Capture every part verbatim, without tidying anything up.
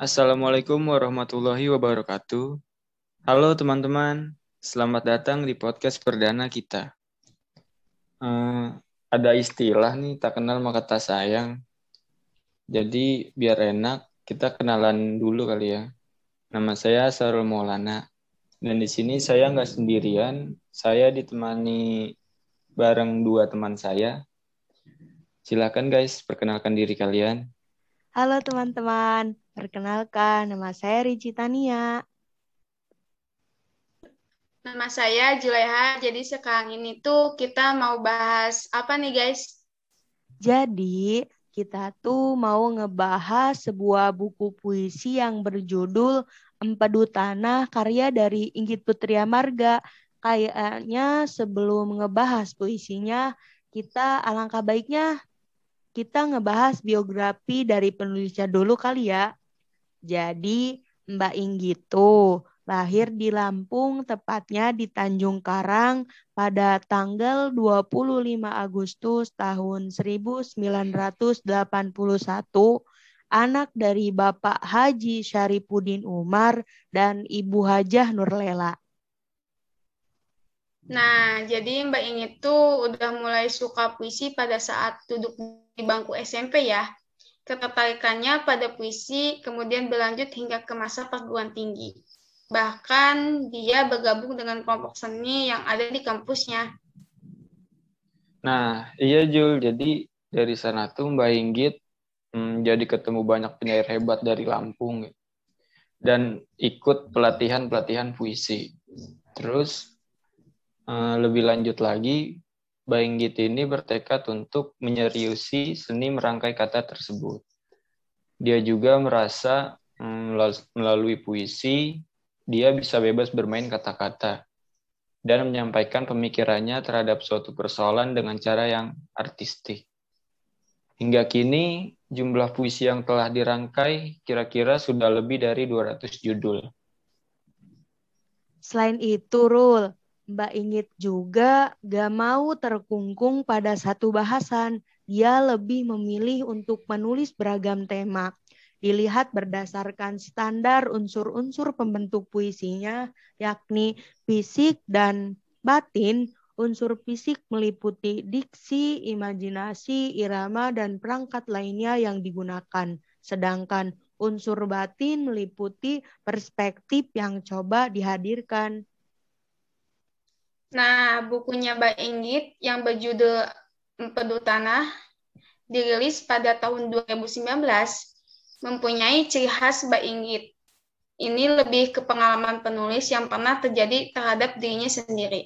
Assalamualaikum warahmatullahi wabarakatuh. Halo teman-teman, selamat datang di podcast perdana kita. Eh, ada istilah nih, tak kenal maka tak sayang. Jadi biar enak, kita kenalan dulu kali ya. Nama saya Sarul Maulana. Dan di sini saya nggak sendirian, saya ditemani bareng dua teman saya. Silakan guys, perkenalkan diri kalian. Halo teman-teman, perkenalkan nama saya Rici Tania. Nama saya Juleha, jadi sekarang ini tuh kita mau bahas apa nih guys? Jadi kita tuh mau ngebahas sebuah buku puisi yang berjudul Empedu Tanah karya dari Inggit Putria Marga. Kayaknya sebelum ngebahas puisinya, kita alangkah baiknya kita ngebahas biografi dari penulisnya dulu kali ya. Jadi Mbak Inggit tuh lahir di Lampung, tepatnya di Tanjung Karang pada tanggal dua puluh lima Agustus tahun seribu sembilan ratus delapan puluh satu, anak dari Bapak Haji Syarifuddin Umar dan Ibu Hajah Nurlela. Nah, jadi Mbak Ingit tuh udah mulai suka puisi pada saat duduk di bangku S M P ya. Ketertarikannya pada puisi kemudian berlanjut hingga ke masa perguruan tinggi. Bahkan dia bergabung dengan kelompok seni yang ada di kampusnya. Nah, iya Jul, jadi dari sana tuh Mbak Inggit hmm, jadi ketemu banyak penyair hebat dari Lampung dan ikut pelatihan-pelatihan puisi. Terus eh, lebih lanjut lagi, Mbak Inggit ini bertekad untuk menyeriusi seni merangkai kata tersebut. Dia juga merasa hmm, melalui puisi, dia bisa bebas bermain kata-kata dan menyampaikan pemikirannya terhadap suatu persoalan dengan cara yang artistik. Hingga kini, jumlah puisi yang telah dirangkai kira-kira sudah lebih dari dua ratus judul. Selain itu, Rul, Mbak Inggit juga gak mau terkungkung pada satu bahasan. Dia lebih memilih untuk menulis beragam tema. Dilihat berdasarkan standar unsur-unsur pembentuk puisinya, yakni fisik dan batin. Unsur fisik meliputi diksi, imajinasi, irama, dan perangkat lainnya yang digunakan. Sedangkan unsur batin meliputi perspektif yang coba dihadirkan. Nah, bukunya Mbak Inggit yang berjudul Empedu Tanah dirilis pada tahun dua ribu sembilan belas mempunyai ciri khas Mbak Inggit. Ini lebih ke pengalaman penulis yang pernah terjadi terhadap dirinya sendiri.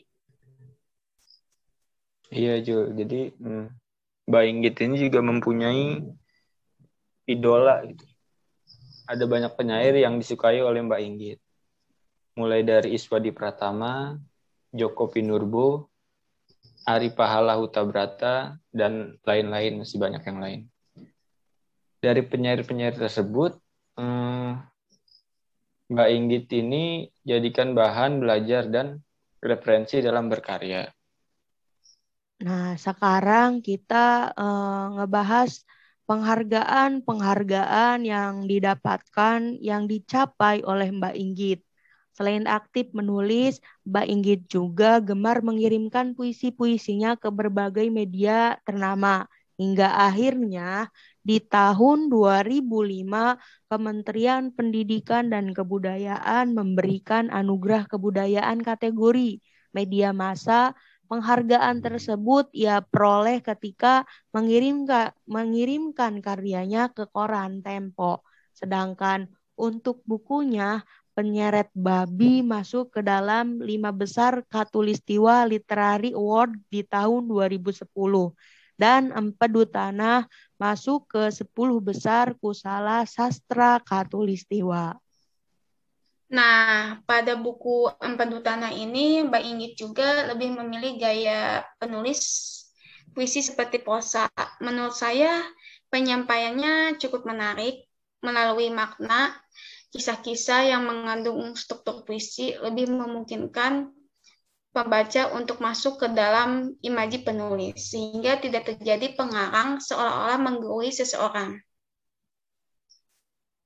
Iya, Jul. Jadi hmm, Mbak Inggit ini juga mempunyai idola gitu. Ada banyak penyair yang disukai oleh Mbak Inggit. Mulai dari Iswadi Pratama, Joko Pinurbo, Ari Pahala Hutabrata, dan lain-lain, masih banyak yang lain. Dari penyair-penyair tersebut, hmm, Mbak Inggit ini jadikan bahan belajar dan referensi dalam berkarya. Nah, sekarang kita uh, ngebahas penghargaan-penghargaan yang didapatkan, yang dicapai oleh Mbak Inggit. Selain aktif menulis, Mbak Inggit juga gemar mengirimkan puisi-puisinya ke berbagai media ternama. Hingga akhirnya di tahun dua ribu lima, Kementerian Pendidikan dan Kebudayaan memberikan anugerah kebudayaan kategori media massa. Penghargaan tersebut ia peroleh ketika mengirimkan, mengirimkan karyanya ke koran Tempo. Sedangkan untuk bukunya, Penyeret Babi masuk ke dalam lima besar Khatulistiwa Literary Award di tahun dua ribu sepuluh. Dan Empedu Tanah masuk ke sepuluh besar Kusala Sastra Khatulistiwa. Nah, pada buku Empedu Tanah ini, Mbak Inggit juga lebih memilih gaya penulis puisi seperti prosa. Menurut saya, penyampaiannya cukup menarik, melalui makna, kisah-kisah yang mengandung struktur puisi lebih memungkinkan pembaca untuk masuk ke dalam imaji penulis, sehingga tidak terjadi pengarang seolah-olah menggurui seseorang.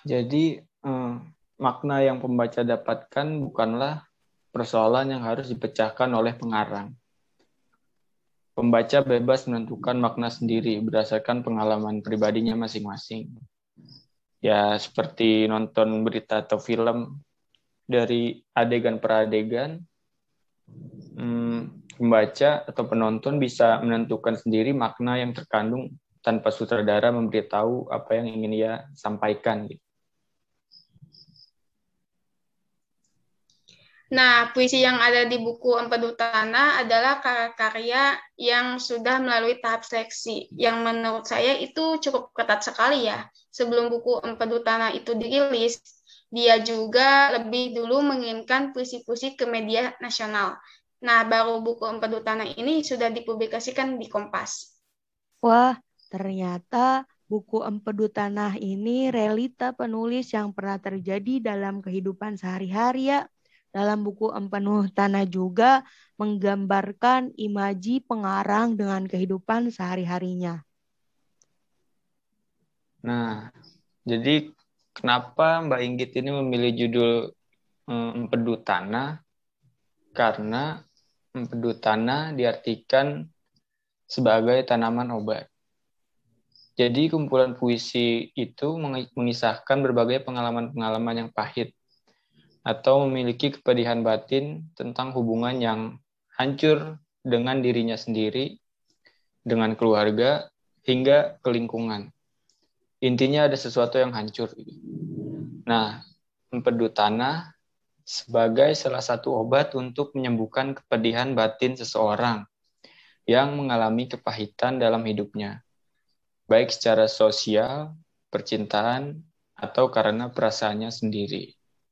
Jadi eh, makna yang pembaca dapatkan bukanlah persoalan yang harus dipecahkan oleh pengarang. Pembaca bebas menentukan makna sendiri berdasarkan pengalaman pribadinya masing-masing. Ya, seperti nonton berita atau film dari adegan per adegan, hmm, pembaca atau penonton bisa menentukan sendiri makna yang terkandung tanpa sutradara memberitahu apa yang ingin ia sampaikan. Nah, puisi yang ada di buku Empedu Tanah adalah karya-karya yang sudah melalui tahap seleksi, yang menurut saya itu cukup ketat sekali ya. Sebelum buku Empedu Tanah itu dirilis, dia juga lebih dulu mengirimkan puisi-puisi ke media nasional. Nah, baru buku Empedu Tanah ini sudah dipublikasikan di Kompas. Wah, ternyata buku Empedu Tanah ini realita penulis yang pernah terjadi dalam kehidupan sehari-hari ya. Dalam buku Empedu Tanah juga menggambarkan imaji pengarang dengan kehidupan sehari-harinya. Nah, jadi kenapa Mbak Inggit ini memilih judul Empedu Tanah? Karena empedu tanah diartikan sebagai tanaman obat. Jadi kumpulan puisi itu mengisahkan berbagai pengalaman-pengalaman yang pahit atau memiliki kepedihan batin tentang hubungan yang hancur dengan dirinya sendiri, dengan keluarga, hingga ke lingkungan. Intinya ada sesuatu yang hancur. Nah, empedu tanah sebagai salah satu obat untuk menyembuhkan kepedihan batin seseorang yang mengalami kepahitan dalam hidupnya, baik secara sosial, percintaan, atau karena perasaannya sendiri.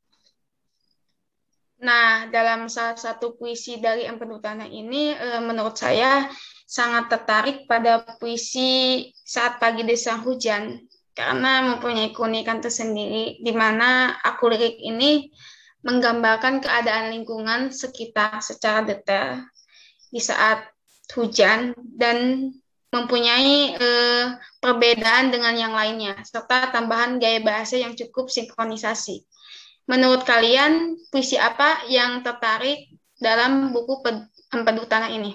Nah, dalam salah satu puisi dari Empedu Tanah ini, menurut saya sangat tertarik pada puisi Saat Pagi Desang Hujan, karena mempunyai keunikan tersendiri, di mana aku lirik ini menggambarkan keadaan lingkungan sekitar secara detail di saat hujan dan mempunyai eh, perbedaan dengan yang lainnya, serta tambahan gaya bahasa yang cukup sinkronisasi. Menurut kalian, puisi apa yang tertarik dalam buku Empedu Tanah ini?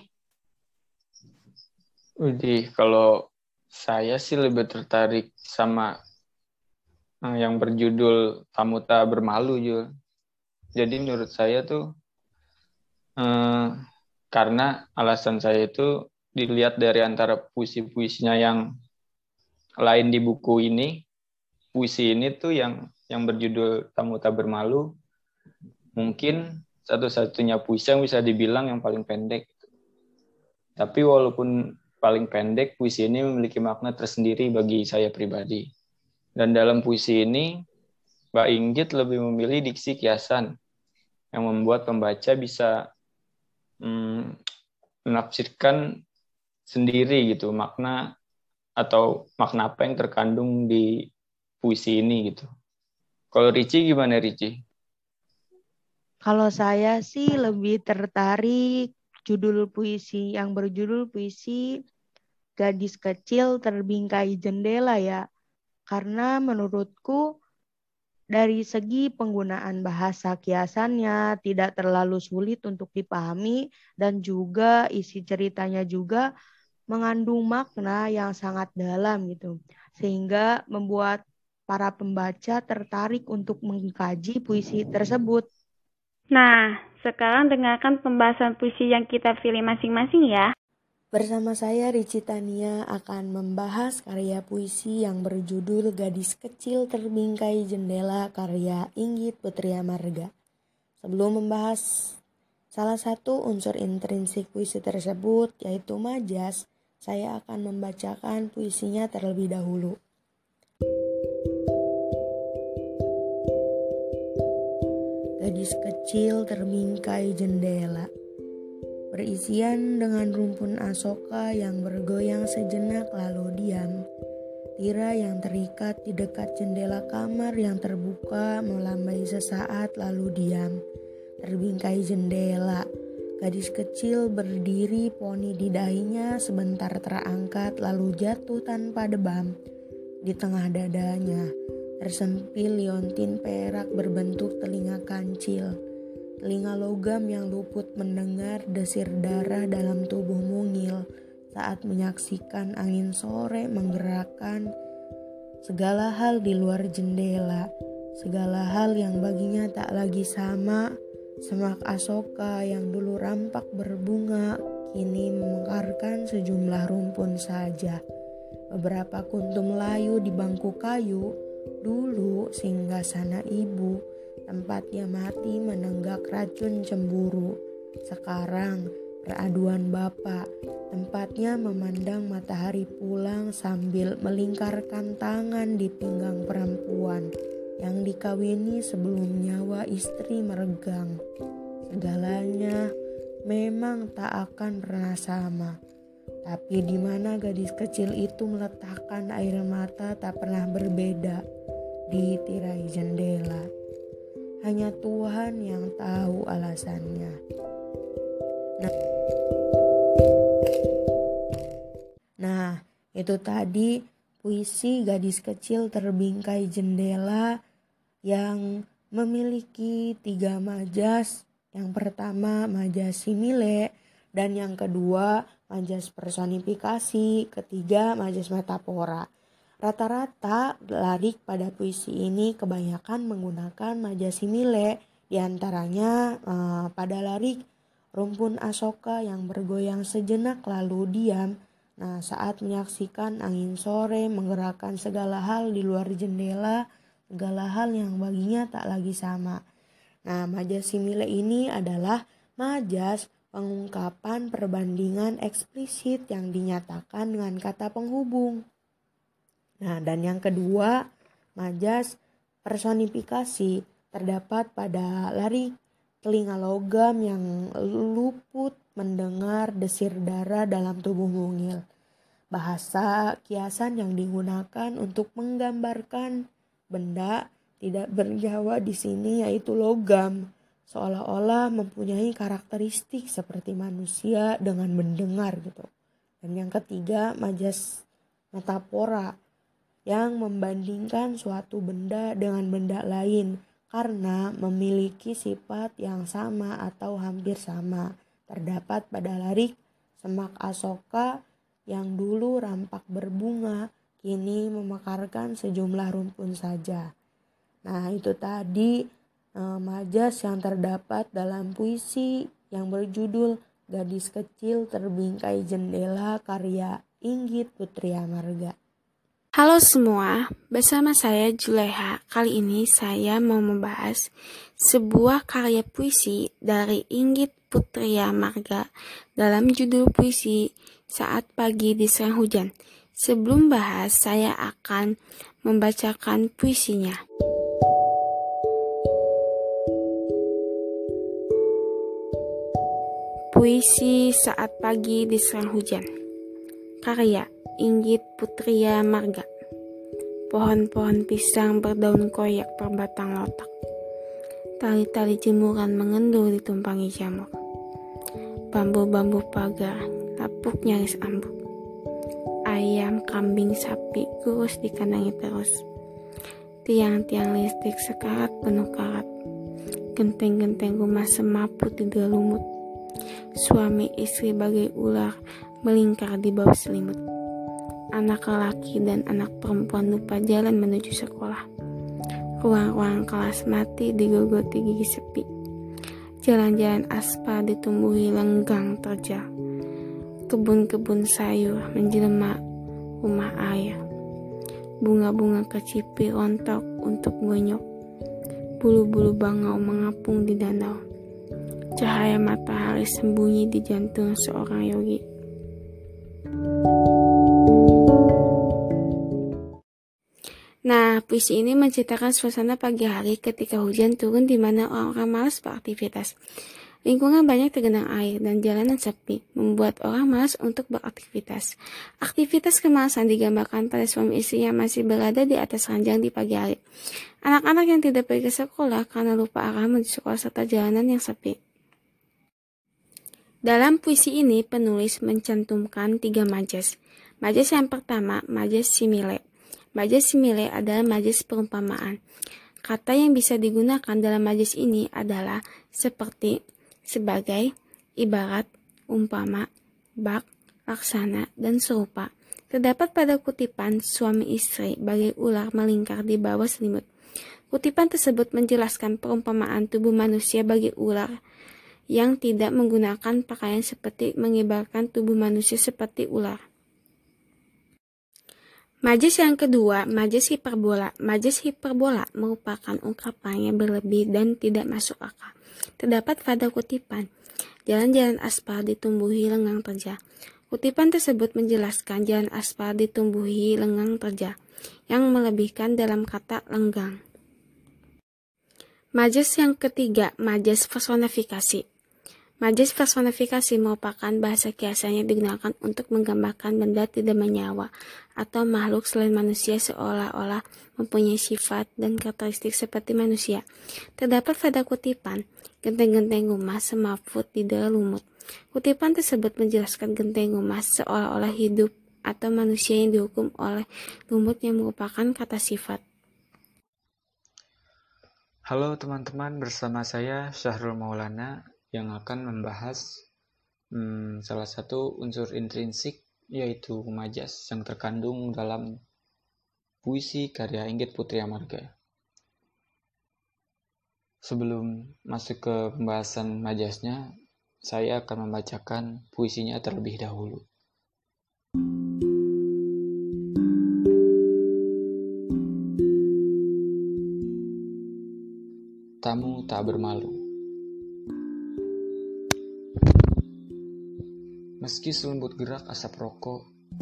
Jadi, kalau saya sih lebih tertarik sama yang berjudul Tamu Tak Bermalu, Jul. Jadi menurut saya tuh, eh, karena alasan saya itu dilihat dari antara puisi-puisinya yang lain di buku ini, puisi ini tuh yang yang berjudul Tamu Tak Bermalu mungkin satu-satunya puisi yang bisa dibilang yang paling pendek. Tapi walaupun paling pendek, puisi ini memiliki makna tersendiri bagi saya pribadi. Dan dalam puisi ini, Mbak Inggit lebih memilih diksi kiasan yang membuat pembaca bisa hmm, menafsirkan sendiri gitu makna atau makna apa yang terkandung di puisi ini gitu. Kalau Ricci gimana Ricci? Kalau saya sih lebih tertarik judul puisi yang berjudul puisi Gadis Kecil Terbingkai Jendela ya. Karena menurutku dari segi penggunaan bahasa kiasannya tidak terlalu sulit untuk dipahami dan juga isi ceritanya juga mengandung makna yang sangat dalam gitu. Sehingga membuat para pembaca tertarik untuk mengkaji puisi tersebut. Nah, sekarang dengarkan pembahasan puisi yang kita pilih masing-masing ya. Bersama saya Ricci Tania akan membahas karya puisi yang berjudul Gadis Kecil Terbingkai Jendela karya Inggit Putri Amarga. Sebelum membahas salah satu unsur intrinsik puisi tersebut yaitu majas, saya akan membacakan puisinya terlebih dahulu. Gadis kecil terbingkai jendela, berisian dengan rumpun asoka yang bergoyang sejenak lalu diam. Tirai yang terikat di dekat jendela kamar yang terbuka melambai sesaat lalu diam. Terbingkai jendela, gadis kecil berdiri, poni di dahinya sebentar terangkat lalu jatuh tanpa debam. Di tengah dadanya, Tersempil liontin perak berbentuk telinga kancil. Telinga logam yang luput mendengar desir darah dalam tubuh mungil saat menyaksikan angin sore menggerakkan segala hal di luar jendela. Segala hal yang baginya tak lagi sama. Semak Asoka yang dulu rampak berbunga kini memekarkan sejumlah rumpun saja. Beberapa kuntum layu di bangku kayu, dulu singgasana ibu, tempatnya mati menenggak racun cemburu. Sekarang peraduan bapak, tempatnya memandang matahari pulang sambil melingkarkan tangan di pinggang perempuan yang dikawini sebelum nyawa istri meregang. Segalanya memang tak akan pernah sama. Tapi di mana gadis kecil itu meletakkan air mata tak pernah berbeda di tirai jendela. Hanya Tuhan yang tahu alasannya. Nah, nah itu tadi puisi gadis kecil terbingkai jendela yang memiliki tiga majas. Yang pertama majas simile, dan yang kedua majas personifikasi, ketiga majas metafora. Rata-rata larik pada puisi ini kebanyakan menggunakan majas simile, diantaranya eh, pada larik rumpun Asoka yang bergoyang sejenak lalu diam. Nah, saat menyaksikan angin sore menggerakkan segala hal di luar jendela, segala hal yang baginya tak lagi sama. Nah, majas simile ini adalah majas pengungkapan perbandingan eksplisit yang dinyatakan dengan kata penghubung. Nah, dan yang kedua, majas personifikasi terdapat pada larik telinga logam yang luput mendengar desir darah dalam tubuh mungil. Bahasa kiasan yang digunakan untuk menggambarkan benda tidak bernyawa di sini yaitu logam, seolah-olah mempunyai karakteristik seperti manusia dengan mendengar gitu. Dan yang ketiga, majas metafora yang membandingkan suatu benda dengan benda lain karena memiliki sifat yang sama atau hampir sama. Terdapat pada larik semak Asoka yang dulu rampak berbunga kini memekarkan sejumlah rumpun saja. Nah, itu tadi eh, majas yang terdapat dalam puisi yang berjudul Gadis Kecil Terbingkai Jendela karya Inggit Putriamarga. Halo semua, bersama saya Juleha. Kali ini saya mau membahas sebuah karya puisi dari Inggit Putriamarga dalam judul puisi Saat Pagi Diserang Hujan. Sebelum bahas, saya akan membacakan puisinya. Puisi Saat Pagi Diserang Hujan, karya Inggit Putriamarga. Pohon-pohon pisang berdaun koyak berbatang lotak. Tali-tali jemuran mengendur ditumpangi jamur. Bambu-bambu pagar lapuk nyaris ambruk. Ayam, kambing, sapi kurus dikandangi terus. Tiang-tiang listrik sekarat penuh karat. Genteng-genteng rumah semaput di lumut. Suami istri bagai ular melingkar di bawah selimut. Anak lelaki dan anak perempuan lupa jalan menuju sekolah. Ruang-ruang kelas mati digogoti gigi sepi. Jalan-jalan aspal ditumbuhi lenggang terjal. Kebun-kebun sayur menjelma rumah air. Bunga-bunga kecipi rontok untuk bonyok. Bulu-bulu bangau mengapung di danau. Cahaya matahari sembunyi di jantung seorang yogi. Nah, puisi ini menceritakan suasana pagi hari ketika hujan turun di mana orang-orang malas beraktivitas. Lingkungan banyak tergenang air dan jalanan sepi, membuat orang malas untuk beraktivitas. Aktivitas kemalasan digambarkan pada suami istri yang masih berada di atas ranjang di pagi hari. Anak-anak yang tidak pergi ke sekolah karena lupa arah menuju sekolah serta jalanan yang sepi. Dalam puisi ini, penulis mencantumkan tiga majas. Majas yang pertama, majas simile. Majas simile adalah majas perumpamaan. Kata yang bisa digunakan dalam majas ini adalah seperti, sebagai, ibarat, umpama, bak, laksana, dan serupa. Terdapat pada kutipan suami istri bagai ular melingkar di bawah selimut. Kutipan tersebut menjelaskan perumpamaan tubuh manusia bagi ular yang tidak menggunakan pakaian seperti mengibarkan tubuh manusia seperti ular. Majas yang kedua, majas hiperbola. Majas hiperbola merupakan ungkapan yang berlebih dan tidak masuk akal. Terdapat pada kutipan, jalan-jalan aspal ditumbuhi lengang terjal. Kutipan tersebut menjelaskan jalan aspal ditumbuhi lengang terjal, yang melebihkan dalam kata lenggang. Majas yang ketiga, majas personifikasi. Majas personifikasi merupakan bahasa kiasan yang digunakan untuk menggambarkan benda tidak menyawa atau makhluk selain manusia seolah-olah mempunyai sifat dan karakteristik seperti manusia. Terdapat pada kutipan, genteng-genteng rumah semaput di dalam lumut. Kutipan tersebut menjelaskan genteng rumah seolah-olah hidup atau manusia yang dihukum oleh lumut yang merupakan kata sifat. Halo teman-teman, bersama saya Syahrul Maulana yang akan membahas hmm, salah satu unsur intrinsik, yaitu majas yang terkandung dalam puisi karya Inggit Putri Amarga. Sebelum masuk ke pembahasan majasnya, saya akan membacakan puisinya terlebih dahulu. Tamu tak bermalu. Meski selembut gerak asap rokok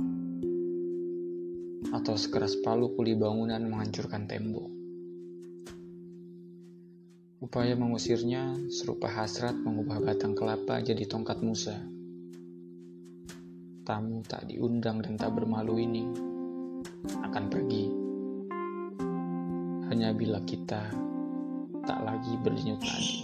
atau sekeras palu kuli bangunan menghancurkan tembok, upaya mengusirnya serupa hasrat mengubah batang kelapa jadi tongkat Musa. Tamu tak diundang dan tak bermalu ini akan pergi hanya bila kita tak lagi berdenyut nadi.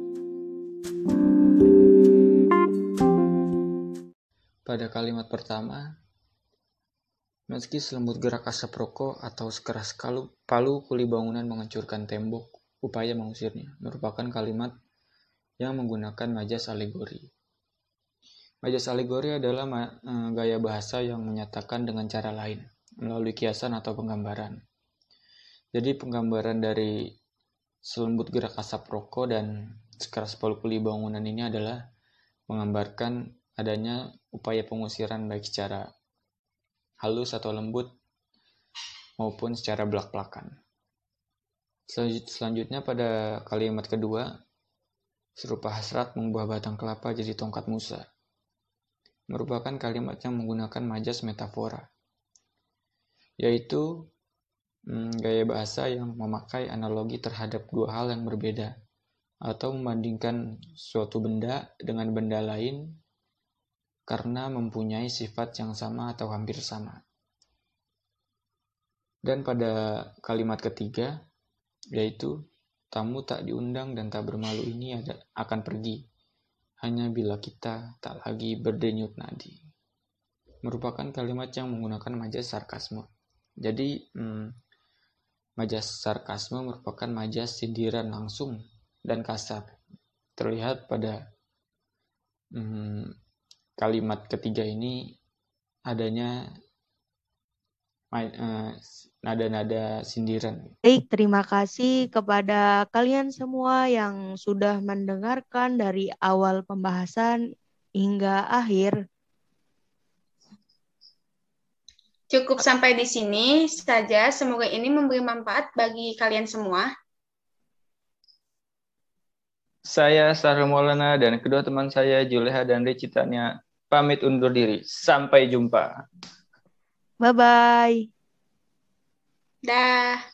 Pada kalimat pertama, meski selembut gerak asap rokok atau sekeras kalu, palu kuli bangunan menghancurkan tembok, upaya mengusirnya, merupakan kalimat yang menggunakan majas alegori. Majas alegori adalah ma- e, gaya bahasa yang menyatakan dengan cara lain, melalui kiasan atau penggambaran. Jadi penggambaran dari selembut gerak asap rokok dan sekeras palu kuli bangunan ini adalah menggambarkan adanya upaya pengusiran baik secara halus atau lembut maupun secara belak-belakan. Selanjutnya pada kalimat kedua, serupa hasrat mengubah batang kelapa jadi tongkat Musa, merupakan kalimat yang menggunakan majas metafora, yaitu hmm, gaya bahasa yang memakai analogi terhadap dua hal yang berbeda atau membandingkan suatu benda dengan benda lain karena mempunyai sifat yang sama atau hampir sama. Dan pada kalimat ketiga, yaitu tamu tak diundang dan tak bermalu ini ada, akan pergi hanya bila kita tak lagi berdenyut nadi, merupakan kalimat yang menggunakan majas sarkasme. Jadi hmm, majas sarkasme merupakan majas sindiran langsung dan kasar. Terlihat pada hmm, kalimat ketiga ini adanya uh, nada-nada sindiran. Baik, terima kasih kepada kalian semua yang sudah mendengarkan dari awal pembahasan hingga akhir. Cukup sampai di sini saja. Semoga ini memberi manfaat bagi kalian semua. Saya Syahrul Maulana dan kedua teman saya Juleha dan Ricitania pamit undur diri. Sampai jumpa. Bye-bye. Dah.